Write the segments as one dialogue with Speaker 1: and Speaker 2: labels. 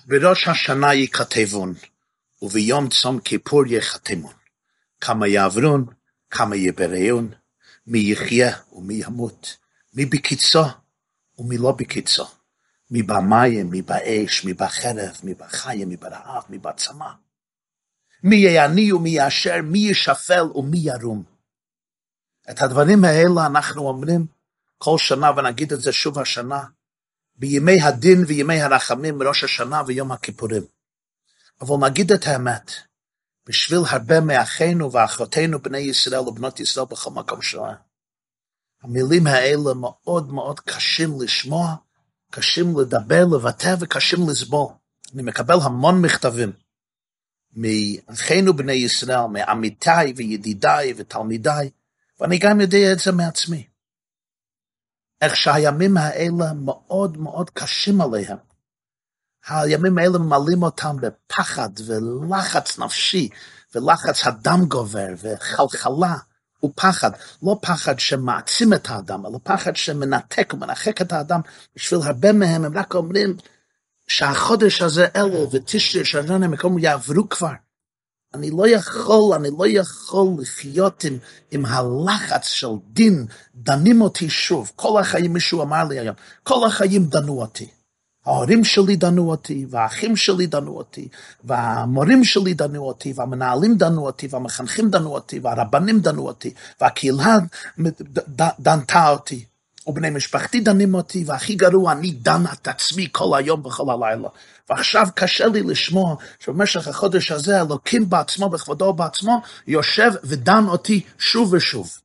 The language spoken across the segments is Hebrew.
Speaker 1: בראש השנה ייכתבון, וביום צום כיפור יחתמון. כמה יעברון, כמה יבראון, מי יחיה ומי ימות, מי בקיצו ומי לא בקיצו, מי במים, מי באש, מי בחרב, מי בחיים, מי ברעב, מי בצמא. מי יעני ומי יאשר, מי ישפל ומי ירום. את הדברים האלה אנחנו אומרים כל שנה, ונגיד את זה שוב השנה, בימי הדין וימי הרחמים, ראש השנה ויום הכיפורים. אבל נגיד את האמת, בשביל הרבה מאחינו ואחותינו בני ישראל ובנות ישראל בכל מקום שלהם. המילים האלה מאוד מאוד קשים לשמוע, קשים לדבר, לבטא וקשים לסבול. אני מקבל המון מכתבים מאחינו בני ישראל, מעמיתיי וידידיי ותלמידיי, ואני גם יודע את זה מעצמי. איך שהימים האלה מאוד מאוד קשים עליהם. הימים האלה ממלאים אותם בפחד ולחץ נפשי, ולחץ הדם גובר, וחלחלה ופחד. לא פחד שמעצים את האדם, אלא פחד שמנתק ומנחק את האדם. בשביל הרבה מהם הם רק אומרים שהחודש הזה אלו ותשרי שנה מקום יעברו כבר. אני לא יכול לחיות עם הלחץ של דין, דנים אותי שוב. כל החיים מישהו אמר לי היום, כל החיים דנו אותי. ההורים שלי דנו אותי, והאחים שלי דנו אותי, והמורים שלי דנו אותי, והמנהלים דנו אותי, והמחנכים דנו אותי, והרבנים דנו אותי, והקהילה דנתה אותי, ובני משפחתי דנים אותי, והכי גרוע, אני דן את עצמי כל היום וכל הלילה. ועכשיו קשה לי לשמוע שבמשך החודש הזה, אלוקים בעצמו, בכבודו בעצמו, יושב ודן אותי שוב ושוב.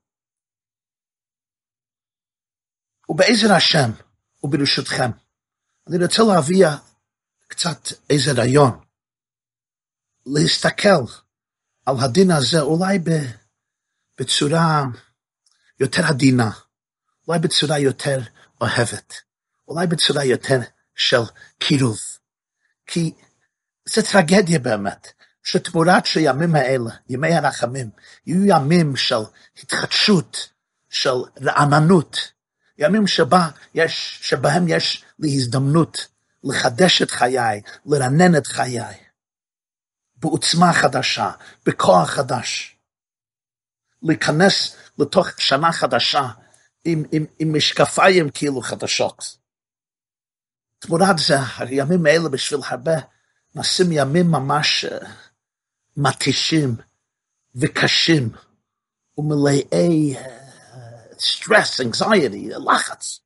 Speaker 1: ובעזר השם, וברשותכם, אני רוצה להביא קצת איזה רעיון, להסתכל על הדין הזה אולי בצורה יותר עדינה, אולי בצורה יותר אוהבת, אולי בצורה יותר של קירוב. כי זה טרגדיה באמת, שתמורת שימים האלה, ימי הרחמים, יהיו ימים של התחדשות, של רעננות, ימים שבהם יש לי הזדמנות לחדש את חיי, לרנן את חיי, בעוצמה חדשה, בכוח חדש, להיכנס לתוך שנה חדשה, עם משקפיים כאילו חדשות. תמורת זה, הימים האלה בשביל הרבה, נעשים ימים ממש מתישים וקשים, ומלאי stress, anxiety, לחץ.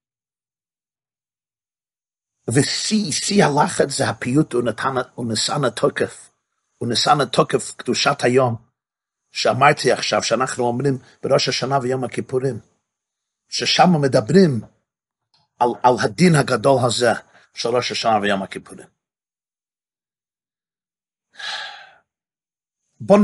Speaker 1: ושיא הלחץ זה הפיוט ונשאן התוקף. ונשאן התוקף קדושת היום, שאמרתי עכשיו, שאנחנו אומרים בראש השנה ויום הכיפורים, ששם מדברים על הדין הגדול הזה, של ראש השנה ויום הכיפורים. בוא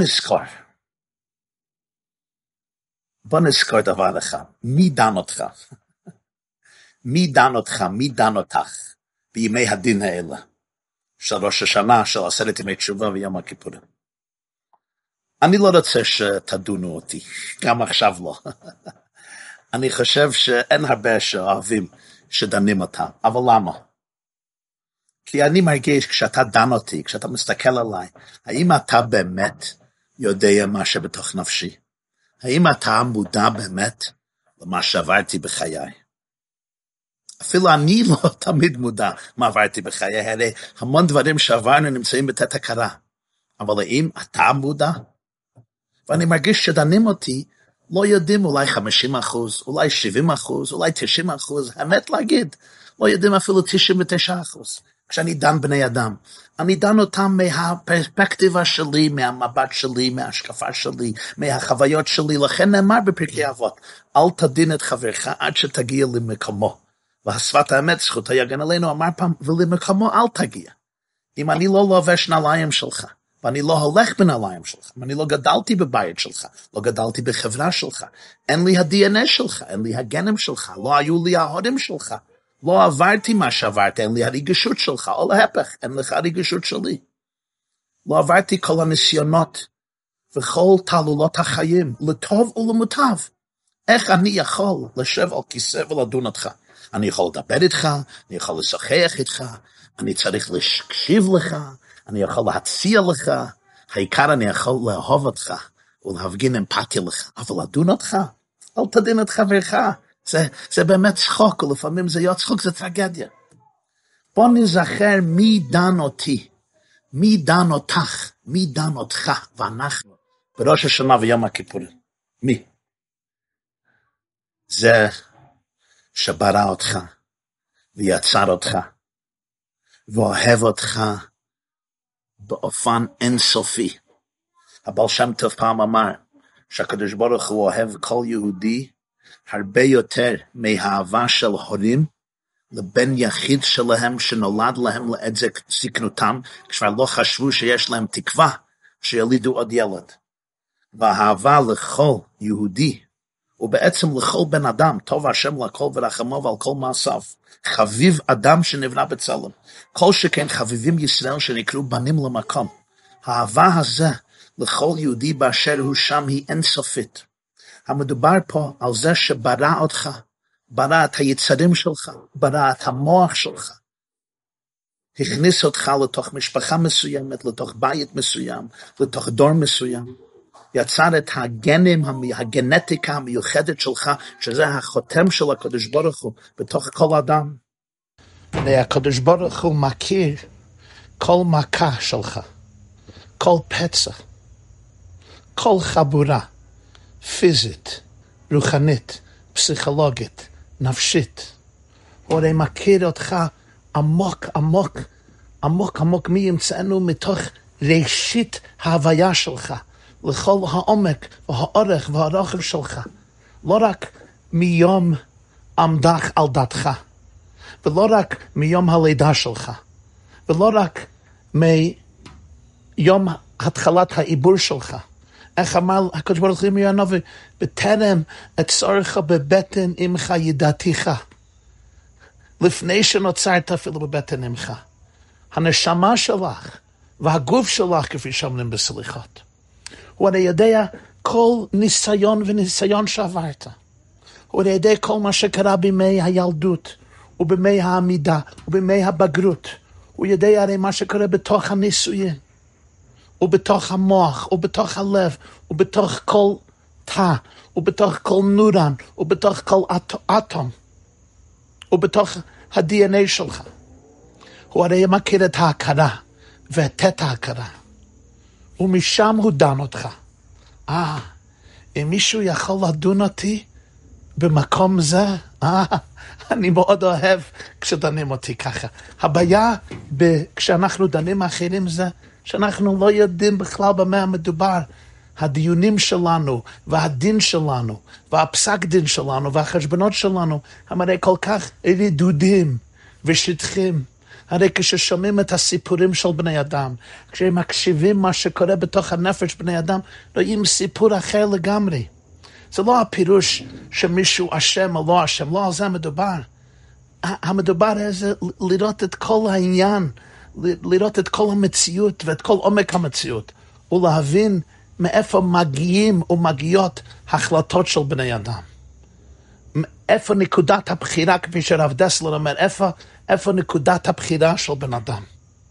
Speaker 1: נזכור דבר אחד. מי דן אותך? מי דן אותך בימי הדין האלה? של ראש השנה, של 10 ימי תשובה ויום הכיפורים. אני לא רוצה שתדונו אותי, גם עכשיו לא. אני חושב שאין הרבה שאוהבים שדנים אותם, אבל למה? כי אני מרגיש כשאתה דן אותי, כשאתה מסתכל עליי, האם אתה באמת יודע מה שבתוך נפשי? האם אתה מודע באמת למה שעברתי בחיי? אפילו אני לא תמיד מודע מה עברתי בחיי, הרי המון דברים שעברנו נמצאים בתת הכרה. אבל האם אתה מודע? ואני מרגיש שדנים אותי, לא יודעים אולי 50%, אולי 70%, אולי 90%, האמת להגיד, לא יודעים אפילו 99%. כשאני דן בני אדם, אני דן אותם מהפרספקטיבה שלי, מהמבט שלי, מההשקפה שלי, מהחוויות שלי. לכן נאמר בפרקי אבות, אל תדין את חברך עד שתגיע למקומו. והשפת האמת, זכות יגן עלינו, אמר פעם, ולמקומו אל תגיע. אם אני לא לובש נעליים שלך, ואני לא הולך בנעליים שלך, ואני לא גדלתי בבית שלך, לא גדלתי בחברה שלך, אין לי ה-DNA שלך, אין לי הגנים שלך, לא היו לי ההורים שלך, לא עברתי מה שעברת, אין לי הרגישות שלך, או להפך, אין לך הרגישות שלי. לא עברתי כל הניסיונות, וכל תעלולות החיים, לטוב ולמוטב. איך אני יכול לשב על כיסא ולדון אותך? אני יכול לדבר איתך, אני יכול לשוחח איתך, אני צריך להקשיב לך, אני יכול להציע לך, העיקר אני יכול לאהוב אותך, ולהפגין אמפתיה לך, אבל לדון אותך, אל תדין את חברך, זה באמת צחוק, ולפעמים זה לא צחוק, זה טרגדיה. בוא נזכר מי דן אותי, מי דן אותך, מי דן אותך, ואנחנו, בראש השנה ויום הכיפורים. מי? זה שברא אותך, ויצר אותך, ואוהב אותך באופן אינסופי. הבעל שם טוב פעם אמר, שהקדוש ברוך הוא אוהב כל יהודי, הרבה יותר מהאהבה של הורים, לבן יחיד שלהם שנולד להם לעת זקנותם, כשכבר לא חשבו שיש להם תקווה שילידו עוד ילד. והאהבה לכל יהודי, ובעצם לכל בן אדם, טוב השם לכל ורחמו ועל כל מעשיו, חביב אדם שנברא בצלם, כל שכן חביבים ישראל שנקראו בנים למקום. האהבה הזה לכל יהודי באשר הוא שם היא אינסופית. המדובר פה על זה שברא אותך, ברא את היצרים שלך, ברא את המוח שלך, הכניס אותך לתוך משפחה מסוימת, לתוך בית מסוים, לתוך דור מסוים, יצר את הגנים, הגנטיקה המיוחדת שלך, שזה החותם של הקדוש ברוך הוא, בתוך כל אדם. והקדוש ברוך הוא מכיר כל מכה שלך, כל פצע, כל חבורה, פיזית, רוחנית, פסיכולוגית, נפשית. הוא הרי מכיר אותך עמוק, עמוק, עמוק, עמוק מימצאנו מתוך ראשית ההוויה שלך, לכל העומק והאורך והרוחב שלך. לא רק מיום עמדך על דתך, ולא רק מיום הלידה שלך, ולא רק מיום התחלת העיבור שלך. איך אמר הקדוש ברוך הוא ירמיהו הנביא, בטרם אצורך בבטן אמך ידעתיך, לפני שנוצרת אפילו בבטן אמך. הנשמה שלך והגוף שלך, כפי שאומרים בסליחות, הוא הרי יודע כל ניסיון וניסיון שעברת. הוא הרי יודע כל מה שקרה בימי הילדות, ובימי העמידה, ובימי הבגרות. הוא יודע הרי מה שקורה בתוך הניסויים, ובתוך המוח, ובתוך הלב, ובתוך כל תא, ובתוך כל נורן, ובתוך כל אטום, ובתוך ה-DNA שלך. הוא הרי מכיר את ההכרה, ואת ההכרה. ומשם הוא דן אותך. אם מישהו יכול לדון אותי במקום זה, אני מאוד אוהב כשדנים אותי ככה. הבעיה כשאנחנו דנים אחרים זה, שאנחנו לא יודעים בכלל במה מדובר. הדיונים שלנו, והדין שלנו, והפסק דין שלנו, והחשבונות שלנו, הם הרי כל כך רדודים ושטחים. הרי כששומעים את הסיפורים של בני אדם, כשהם מקשיבים מה שקורה בתוך הנפש בני אדם, רואים סיפור אחר לגמרי. זה לא הפירוש שמישהו אשם או לא אשם, לא על זה מדובר. המדובר זה לראות את כל העניין, לראות את כל המציאות ואת כל עומק המציאות, ולהבין מאיפה מגיעים ומגיעות החלטות של בני אדם. איפה נקודת הבחירה, כפי שרב דסלר אומר, איפה נקודת הבחירה של בן אדם.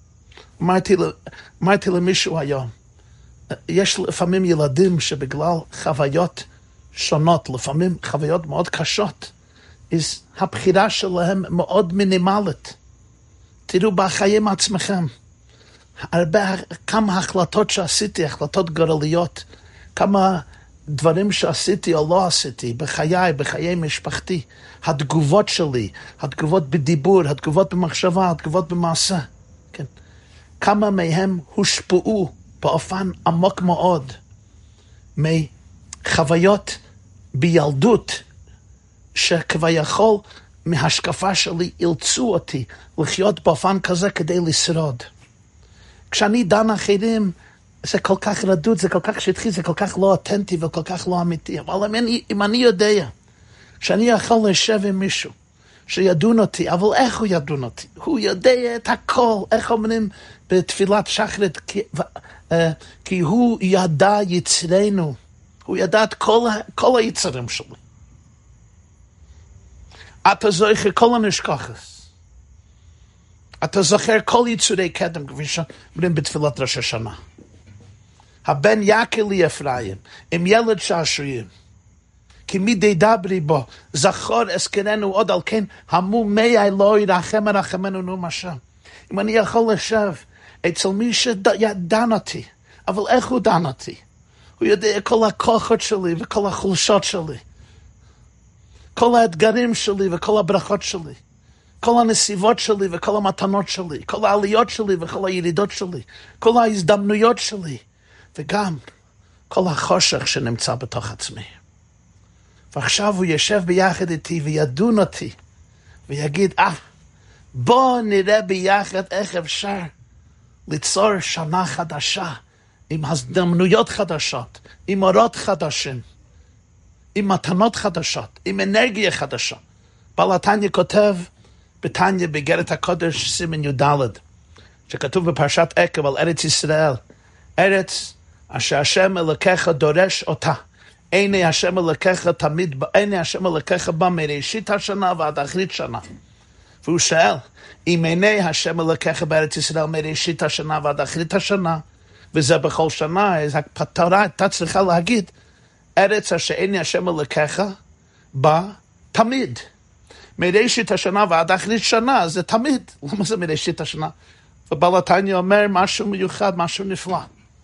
Speaker 1: אמרתי למישהו היום, יש לפעמים ילדים שבגלל חוויות שונות, לפעמים חוויות מאוד קשות, אז הבחירה שלהם מאוד מינימלית. תראו בחיים עצמכם, כמה החלטות שעשיתי, החלטות גורליות, כמה דברים שעשיתי או לא עשיתי, בחיי משפחתי, התגובות שלי, התגובות בדיבור, התגובות במחשבה, התגובות במעשה, כן? כמה מהם הושפעו באופן עמוק מאוד מחוויות בילדות, שכביכול מהשקפה שלי אילצו אותי לחיות באופן כזה כדי לשרוד. כשאני דן אחרים, זה כל כך רדוד, זה כל כך שטחי, זה כל כך לא אותנטי וכל כך לא אמיתי. אבל אם אני יודע שאני יכול לשב עם מישהו שידון אותי, אבל איך הוא ידון אותי? הוא יודע את הכל, איך אומרים בתפילת שחרית, כי הוא ידע יצרנו, הוא ידע את כל היצרים שלי. אתה זוכר כל הנשכחס.
Speaker 2: אתה זוכר כל יצורי קדם, כפי שאומרים בתפילת ראש השנה. הבן יקל לי אפרים, עם ילד שעשועים. כי מדי דברי בו, זכור אזכרנו עוד על כן, המו מי אלוהי רחם רחמנו נאום השם. אם אני יכול לשב אצל מי שדן אותי, אבל איך הוא דן אותי? הוא יודע כל הכוחות שלי וכל החולשות שלי, כל האתגרים שלי וכל הברכות שלי, כל הנסיבות שלי וכל המתנות שלי, כל העליות שלי וכל הירידות שלי, כל ההזדמנויות שלי, וגם כל החושך שנמצא בתוך עצמי. ועכשיו הוא יושב ביחד איתי וידון אותי, ויגיד, בוא נראה ביחד איך אפשר ליצור שנה חדשה, עם הזדמנויות חדשות, עם אורות חדשים, עם מתנות חדשות, עם אנרגיה חדשה. בעל התניא כותב בתניא באיגרת הקודש סימן י"ד, שכתוב בפרשת עקב על ארץ ישראל, ארץ אשר השם אלוקיך דורש אותה. עיני השם אלוקיך תמיד, עיני השם אלוקיך בה מראשית השנה ועד אחרית שנה. והוא שואל, אם עיני השם אלוקיך בארץ ישראל מראשית השנה ועד אחרית השנה, וזה בכל שנה, אז הפתרה הייתה צריכה להגיד, ארץ אשר עיני השם אלוקיך בה תמיד. מראשית השנה ועד אחרית שנה זה תמיד. למה זה מראשית השנה? ובעל התניא אומר משהו מיוחד, משהו נפלא.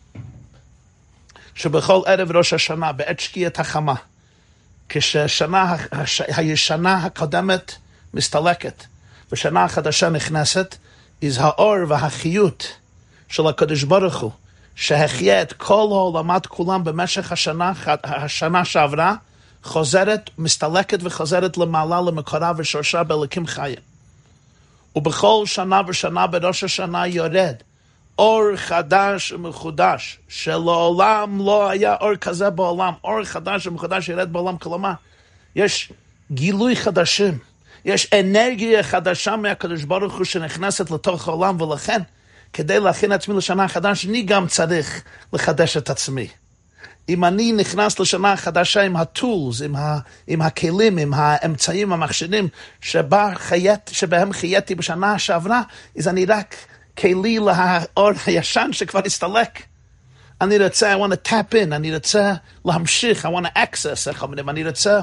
Speaker 2: שבכל ערב ראש השנה, בעת שקיעת החמה, כששנה הישנה הקודמת מסתלקת, ושנה החדשה נכנסת, אז האור והחיות של הקדוש ברוך הוא, שהחיה את כל העולמות כולם במשך השנה שעברה, חוזרת, מסתלקת וחוזרת למעלה למקורה ושורשה באלוקים חיים. ובכל שנה ושנה בראש השנה יורד אור חדש ומחודש, שלעולם לא היה אור כזה בעולם. אור חדש ומחודש ירד בעולם, כלומר, יש גילוי חדשים, יש אנרגיה חדשה מהקדוש ברוך הוא שנכנסת לתוך העולם, ולכן, כדי להכין עצמי לשנה החדש, אני גם צריך לחדש את עצמי. אם אני נכנס לשנה חדשה עם הטולס, עם הכלים, עם האמצעים, המכשירים, שבהם חייתי בשנה שעברה, אז אני רק כלי לאור הישן שכבר הסתלק. אני רוצה, I want to tap in, אני רוצה להמשיך, I want to access, אני רוצה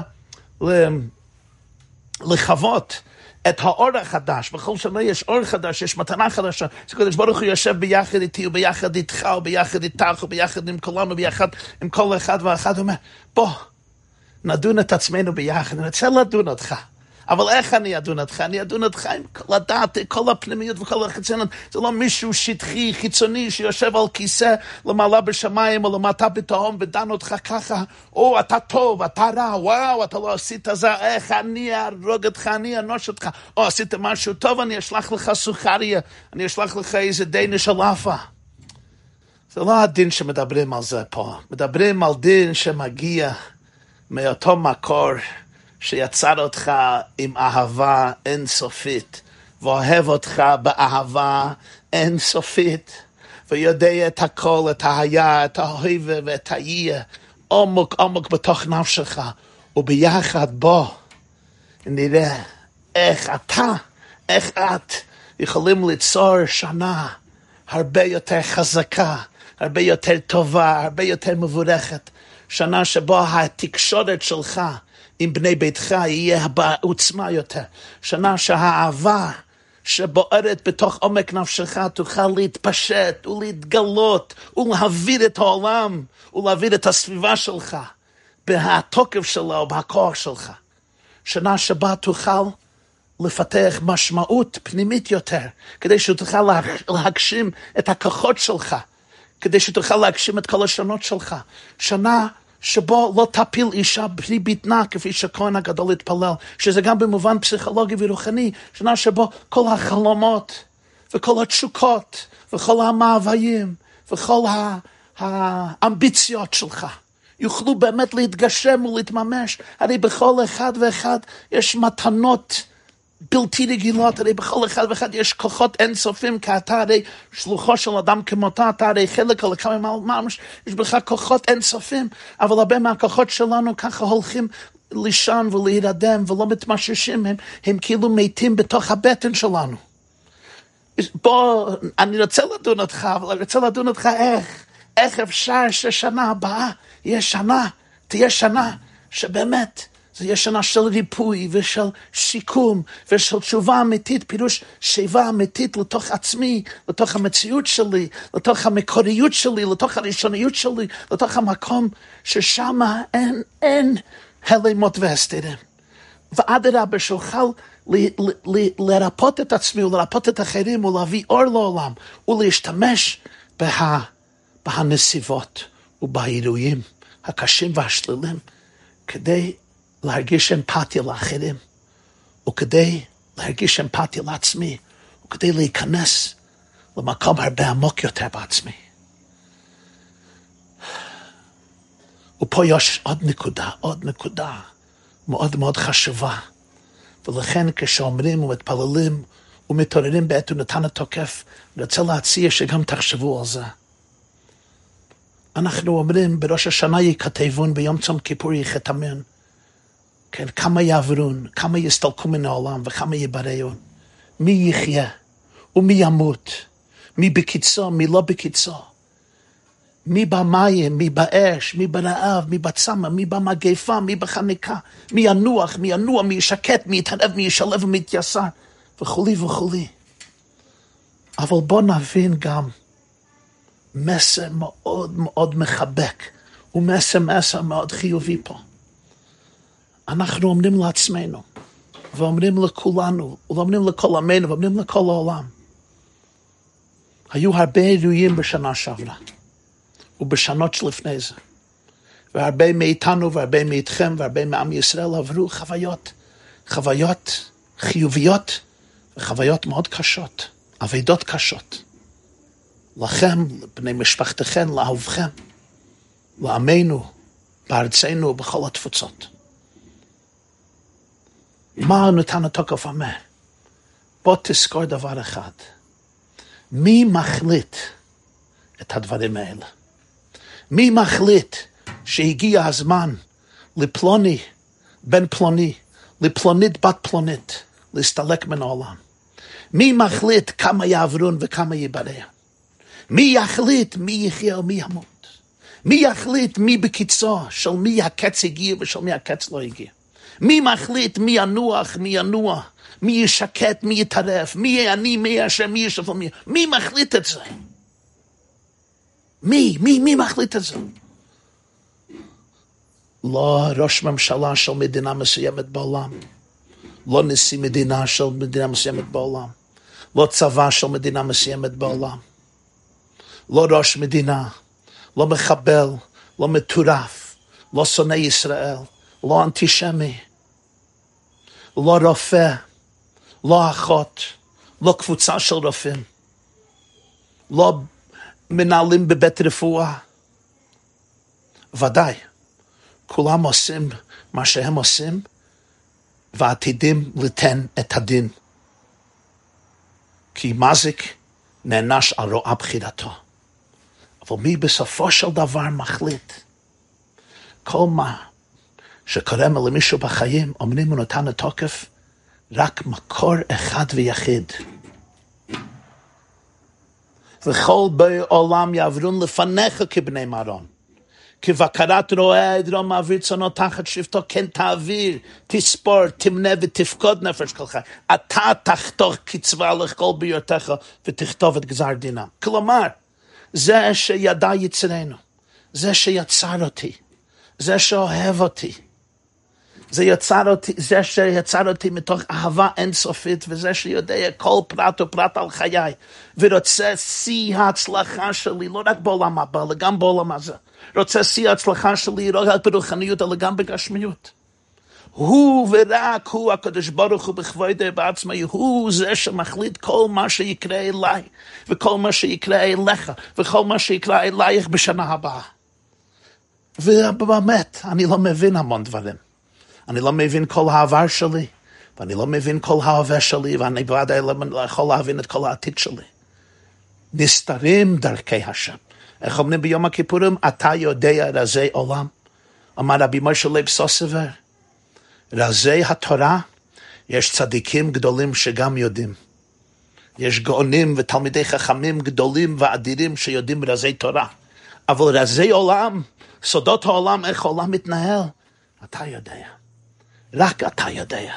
Speaker 2: לחוות את האור החדש. בכל שנה יש אור חדש, יש מתנה חדשה. שקדוש ברוך הוא יושב ביחד איתי, וביחד איתך, וביחד איתך, וביחד עם כולנו, וביחד עם כל אחד ואחד. הוא אומר, בוא, נדון את עצמנו ביחד, אני רוצה לדון אותך. אבל איך אני אדון אותך? אני אדון אותך עם כל הדעת, כל הפנימיות וכל החיצוניות. זה לא מישהו שטחי, חיצוני, שיושב על כיסא למעלה בשמיים או למטה בתהום ודן אותך ככה. או, אתה טוב, אתה רע, וואו, אתה לא עשית זה, איך אני ארוג אותך, אני אנוש אותך. או, עשית משהו טוב, אני אשלח לך סוכריה, אני אשלח לך איזה דין של אפה. זה לא הדין שמדברים על זה פה. מדברים על דין שמגיע מאותו מקור, שיצר אותך עם אהבה אינסופית, ואוהב אותך באהבה אינסופית, ויודע את הכל, את היה, את ההווה ואת היהיה, עמוק עמוק בתוך נפשך, וביחד בו נראה איך אתה, איך את יכולים ליצור שנה הרבה יותר חזקה, הרבה יותר טובה, הרבה יותר מבורכת, שנה שבו התקשורת שלך עם בני ביתך יהיה בעוצמה יותר. שנה שהאהבה שבוערת בתוך עומק נפשך תוכל להתפשט ולהתגלות ולהעביר את העולם ולהעביר את הסביבה שלך בהתוקף שלה ובכוח שלך. שנה שבה תוכל לפתח משמעות פנימית יותר, כדי שתוכל להגשים את הכוחות שלך, כדי שתוכל להגשים את כל השונות שלך. שנה שבו לא תפיל אישה בלי בטנה, כפי שכהן הגדול התפלל, שזה גם במובן פסיכולוגי ורוחני, שנה שבו כל החלומות וכל התשוקות וכל המאוויים וכל האמביציות שלך יוכלו באמת להתגשם ולהתממש. הרי בכל אחד ואחד יש מתנות בלתי רגילות, הרי בכל אחד ואחד יש כוחות אינסופים, כי אתה הרי שלוחו של אדם כמותה, אתה הרי חלק על כמה ממש, יש בך כוחות אינסופים, אבל הרבה מהכוחות שלנו ככה הולכים לישון ולהירדם ולא מתמששים, הם כאילו מתים בתוך הבטן שלנו. בוא, אני רוצה לדון אותך, אבל אני רוצה לדון אותך איך אפשר ששנה הבאה תהיה שנה שבאמת, זה יהיה שנה של ריפוי ושל שיקום ושל תשובה אמיתית, פירוש שיבה אמיתית לתוך עצמי, לתוך המציאות שלי, לתוך המקוריות שלי, לתוך הראשוניות שלי, לתוך המקום ששם אין הלימות והסתרים. ואדרבה שאוכל לרפות את עצמי ולרפות את האחרים ולהביא אור לעולם ולהשתמש בהנסיבות ובאירועים הקשים והשלילים כדי להרגיש אמפתיה לאחרים וכדי להרגיש אמפתיה לעצמי וכדי להיכנס למקום הרבה עמוק יותר בעצמי. ופה יש עוד נקודה מאוד מאוד חשובה, ולכן כשאומרים ומתפללים ומתעוררים בעת ונתן התוקף, אני רוצה להציע שגם תחשבו על זה. אנחנו אומרים בראש השנה יכתבון, ביום צום כיפור יחתמן, כן, כמה יעברון, כמה יסתלקו מן העולם וכמה יבראון, מי יחיה ומי ימות, מי בקיצו, מי לא בקיצו, מי במים, מי באש, מי ברעב, מי בצמא, מי במגפה, מי בחניקה, מי ינוח, מי ישקט, מי יתערב, מי ישלב ומי יתייסר, וכולי וכולי. אבל בוא נבין גם מסר מאוד מאוד מחבק, ומסר מאוד חיובי פה. אנחנו אומרים לעצמנו, ואומרים לכולנו, ואומרים לכל עמנו, ואומרים לכל העולם. היו הרבה אירועים בשנה שעברה. ובשנות שלפני זה. והרבה מאיתנו והרבה מאיתכם והרבה מעם ישראל עברו חוויות חיוביות וחוויות מאוד קשות, עבודות קשות. לכם, בני משפחתכם, לאהובכם, לעמנו, בארצנו ובכל התפוצות. מה נתן התוקף אומר? בוא תזכור דבר אחד. מי מחליט את הדברים האלה? מי מחליט שהגיע הזמן לפלוני בן פלוני, לפלונית בת פלונית, להסתלק מן העולם? מי מחליט כמה יעברון וכמה יברא? מי יחליט מי יחיה ומי ימות? מי יחליט מי בקיצו, של מי הקץ הגיע ושל מי הקץ לא הגיע? מי מחליט מי ינוח, מי ינוע? מי ישקט, מי יטרף? מי יהיה אני, מי יהיה השם, מי ישפל, מי מחליט את זה? מי מחליט את זה? לא ראש ממשלה של מדינה מסוימת בעולם, לא נשיא מדינה של מדינה מסוימת בעולם, לא צבא של מדינה מסוימת בעולם, לא ראש מדינה, לא מחבל, לא מטורף, לא שונא ישראל, לא אנטישמי, לא רופא, לא אחות, לא קבוצה של רופאים, לא מנהלים בבית רפואה. ודאי, כולם עושים מה שהם עושים, ועתידים ליתן את הדין. כי מזיק נענש על רוע בחירתו. אבל מי בסופו של דבר מחליט? כל מה שקורה למישהו בחיים, אומרים הוא נתן התוקף, רק מקור אחד ויחיד. וכל בעולם יעברון לפניך כבני מרון. כבקרת רועה עדרו מעביר צונו תחת שבטו, כן תעביר, תספור, תמנה ותפקוד נפש כל חי. אתה תחתוך קצבה לכל ביותיך ותכתוב את גזר דינם. כלומר, זה שידע יצרנו, זה שיצר אותי, זה שאוהב אותי, זה שיצר אותי מתוך אהבה אינסופית, וזה שיודע כל פרט ופרט על חיי, ורוצה שיא ההצלחה שלי, לא רק בעולם הבא, אלא גם בעולם הזה. רוצה שיא ההצלחה שלי, לא רק ברוחניות, אלא גם בגשמיות. הוא ורק הוא, הקדוש ברוך הוא בכבודו בעצמו, הוא זה שמחליט כל מה שיקרה אליי, וכל מה שיקרה אליך, וכל מה שיקרה אלייך בשנה הבאה. ובאמת, אני לא מבין המון דברים. אני לא מבין כל העבר שלי, ואני לא מבין כל ההווה שלי, ואני בוודאי לא יכול להבין את כל העתיד שלי. נסתרים דרכי השם. איך אומרים ביום הכיפורים? אתה יודע רזי עולם. אמר רבי משה לייב סוסובר, רזי התורה, יש צדיקים גדולים שגם יודעים. יש גאונים ותלמידי חכמים גדולים ואדירים שיודעים רזי תורה. אבל רזי עולם, סודות העולם, איך העולם מתנהל, אתה יודע. רק אתה יודע.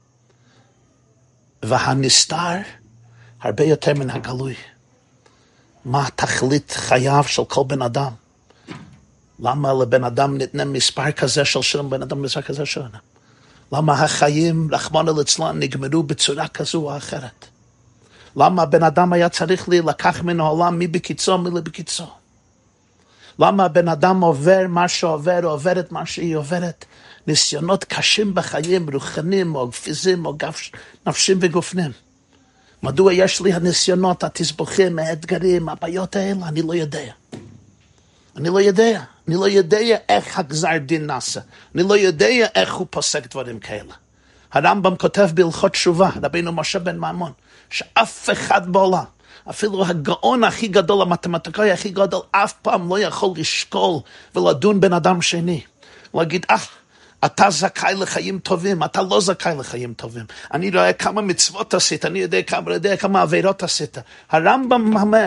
Speaker 2: והנסתר הרבה יותר מן הגלוי. מה תכלית חייו של כל בן אדם? למה לבן אדם ניתן מספר כזה של שנים, בן אדם מספר כזה של שנים? למה החיים, רחמנא ליצלן, נגמרו בצורה כזו או אחרת? למה הבן אדם היה צריך לקח מן העולם מי בקיצו, מי לבקיצו? למה הבן אדם עובר מה שעובר, או עובר את מה שהיא עוברת? ניסיונות קשים בחיים, רוחניים או פיזיים או נפשיים וגופניים. מדוע יש לי הניסיונות, התסבוכים, האתגרים, הבעיות האלה? אני לא יודע. אני לא יודע איך הגזר דין נעשה. אני לא יודע איך הוא פוסק דברים כאלה. הרמב"ם כותב בהלכות תשובה, רבינו משה בן מימון, שאף אחד בעולם, אפילו הגאון הכי גדול, המתמטיקאי הכי גדול, אף פעם לא יכול לשקול ולדון בן אדם שני. להגיד, אתה זכאי לחיים טובים, אתה לא זכאי לחיים טובים. אני רואה כמה מצוות עשית, אני יודע כמה עבירות עשית. הרמב"ם אומר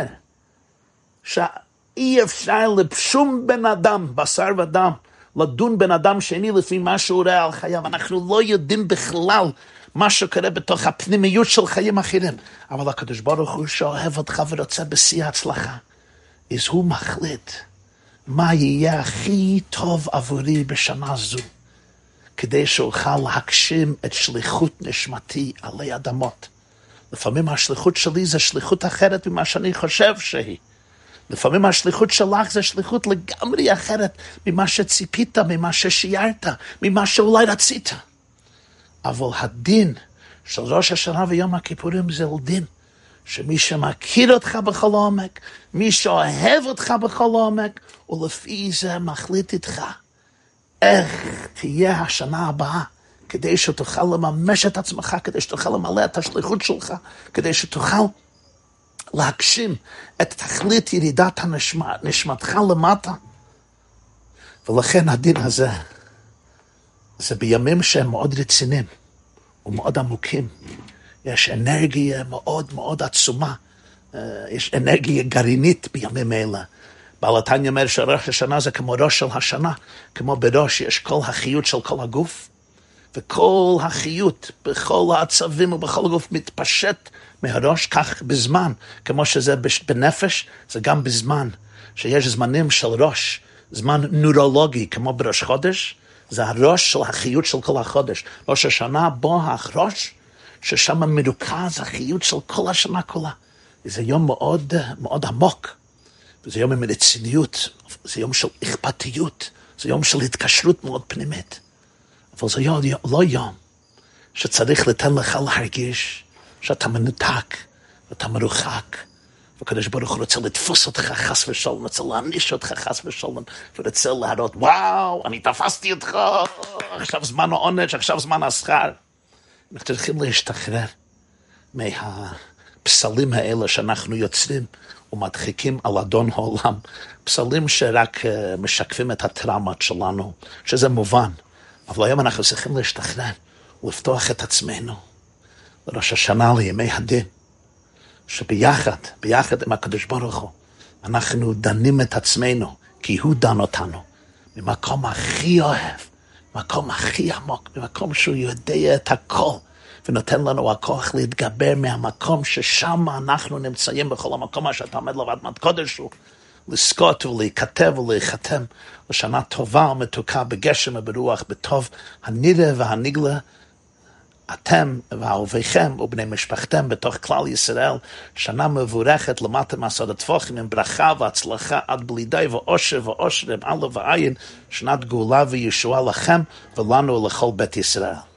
Speaker 2: שאי אפשר לשום בן אדם, בשר ודם, לדון בן אדם שני לפי מה שהוא רואה על חייו. אנחנו לא יודעים בכלל מה שקורה בתוך הפנימיות של חיים אחרים. אבל הקדוש ברוך הוא שאוהב אותך ורוצה בשיא ההצלחה. אז הוא מחליט מה יהיה הכי טוב עבורי בשנה זו, כדי שאוכל להגשים את שליחות נשמתי עלי אדמות. לפעמים השליחות שלי זה שליחות אחרת ממה שאני חושב שהיא. לפעמים השליחות שלך זה שליחות לגמרי אחרת ממה שציפית, ממה ששיירת, ממה שאולי רצית. אבל הדין של ראש השנה ויום הכיפורים זה דין שמי שמכיר אותך בכל העומק, מי שאוהב אותך בכל העומק, ולפי זה מחליט איתך איך תהיה השנה הבאה, כדי שתוכל לממש את עצמך, כדי שתוכל למלא את השליחות שלך, כדי שתוכל להגשים את תכלית ירידת נשמתך למטה. ולכן הדין הזה, זה בימים שהם מאוד רציניים ומאוד עמוקים. יש אנרגיה מאוד מאוד עצומה, יש אנרגיה גרעינית בימים אלה. בעל התניא אומר שראש השנה זה כמו ראש של השנה, כמו בראש יש כל החיות של כל הגוף, וכל החיות בכל העצבים ובכל הגוף מתפשט מהראש, כך בזמן, כמו שזה בנפש, זה גם בזמן, שיש זמנים של ראש, זמן נורולוגי, כמו בראש חודש, זה הראש של החיות של כל החודש. ראש השנה בו הראש, ששם מרוכז החיות של כל השנה כולה. זה יום מאוד מאוד עמוק, וזה יום עם רציניות, זה יום של אכפתיות, זה יום של התקשרות מאוד פנימית. אבל זה לא יום שצריך לתן לך להרגיש שאתה מנותק, ואתה מרוחק, והקדוש ברוך הוא רוצה לתפוס אותך חס ושלום, רוצה להעניש אותך חס ושלום, ורוצה להראות, וואו, אני תפסתי אותך, עכשיו זמן העונש, עכשיו זמן השכר. אנחנו צריכים להשתחרר מהפסלים האלה שאנחנו יוצרים ומדחיקים על אדון העולם, פסלים שרק משקפים את הטראומות שלנו, שזה מובן, אבל היום אנחנו צריכים להשתחרר ולפתוח את עצמנו לראש השנה, לימי הדין, שביחד עם הקדוש ברוך הוא, אנחנו דנים את עצמנו, כי הוא דן אותנו, ממקום הכי אוהב, ממקום הכי עמוק, ממקום שהוא יודע את הכל, ונותן לנו הכוח להתגבר מהמקום ששם אנחנו נמצאים, בכל המקום שאתה עומד לו ואדמת קודש הוא, לזכות ולהיכתב ולהיחתם לשנה טובה ומתוקה בגשם וברוח, בטוב הנראה והנגלה, אתם ואהוביכם ובני משפחתם בתוך כלל ישראל, שנה מבורכת למטה מעשרת הטפוחים עם ברכה והצלחה עד בלי די ואושר ואושר עם אלף ועין, שנת גאולה וישועה לכם ולנו ולכל בית ישראל.